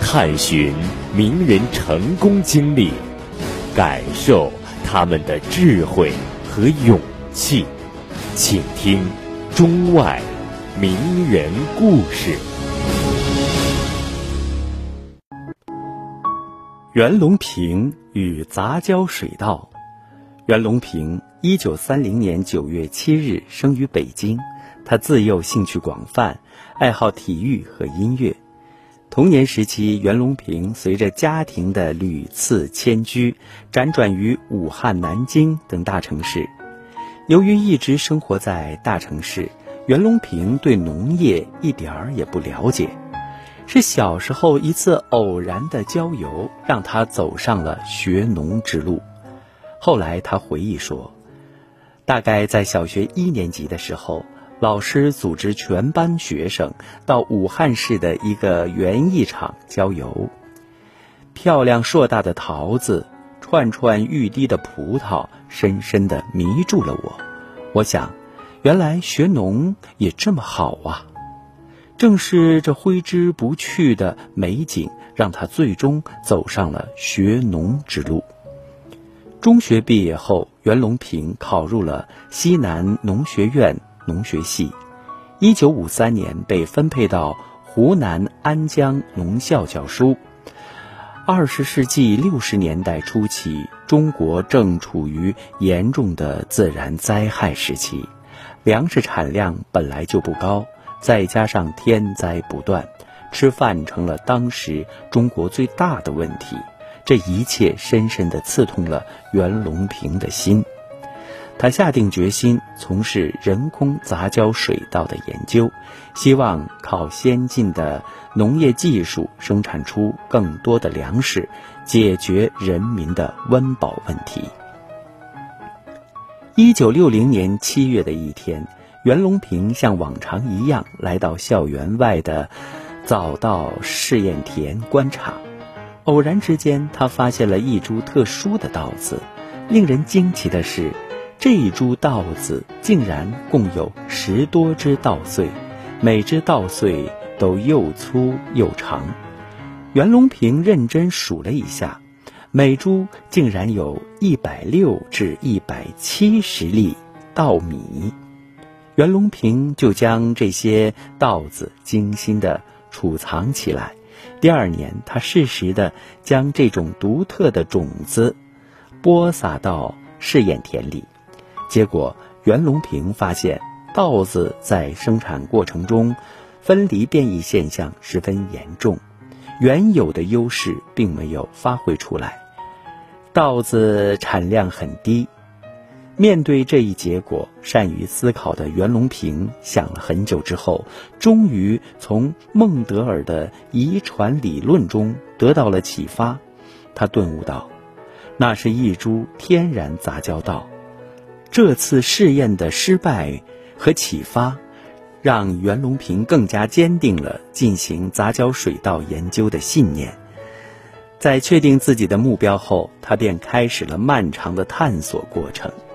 探寻名人成功经历，感受他们的智慧和勇气，请听中外名人故事。 袁隆平与杂交水稻。袁隆平1930年9月7日生于北京，他自幼兴趣广泛，爱好体育和音乐。童年时期，袁隆平随着家庭的屡次迁居，辗转于武汉、南京等大城市。由于一直生活在大城市，袁隆平对农业一点儿也不了解。是小时候一次偶然的郊游，让他走上了学农之路。后来他回忆说，大概在小学1年级的时候，老师组织全班学生到武汉市的一个园艺场郊游。漂亮硕大的桃子，串串欲滴的葡萄，深深地迷住了我。我想，原来学农也这么好啊。正是这挥之不去的美景，让他最终走上了学农之路。中学毕业后，袁隆平考入了西南农学院农学系。1953年被分配到湖南安江农校教书。20世纪60年代初期，中国正处于严重的自然灾害时期，粮食产量本来就不高，再加上天灾不断，吃饭成了当时中国最大的问题。这一切深深地刺痛了袁隆平的心。他下定决心从事人工杂交水稻的研究，希望靠先进的农业技术生产出更多的粮食，解决人民的温饱问题。1960年7月的一天，袁隆平像往常一样来到校园外的早稻试验田观察。偶然之间，他发现了一株特殊的稻子。令人惊奇的是，这一株稻子竟然共有10多只稻穗，每只稻穗都又粗又长。袁隆平认真数了一下，每株竟然有160至170粒稻米。袁隆平就将这些稻子精心地储藏起来。第2年，他适时地将这种独特的种子播撒到试验田里。结果，袁隆平发现稻子在生产过程中分离变异现象十分严重，原有的优势并没有发挥出来，稻子产量很低。面对这一结果，善于思考的袁隆平想了很久之后，终于从孟德尔的遗传理论中得到了启发。他顿悟到，那是一株天然杂交稻。这次试验的失败和启发，让袁隆平更加坚定了进行杂交水稻研究的信念。在确定自己的目标后，他便开始了漫长的探索过程。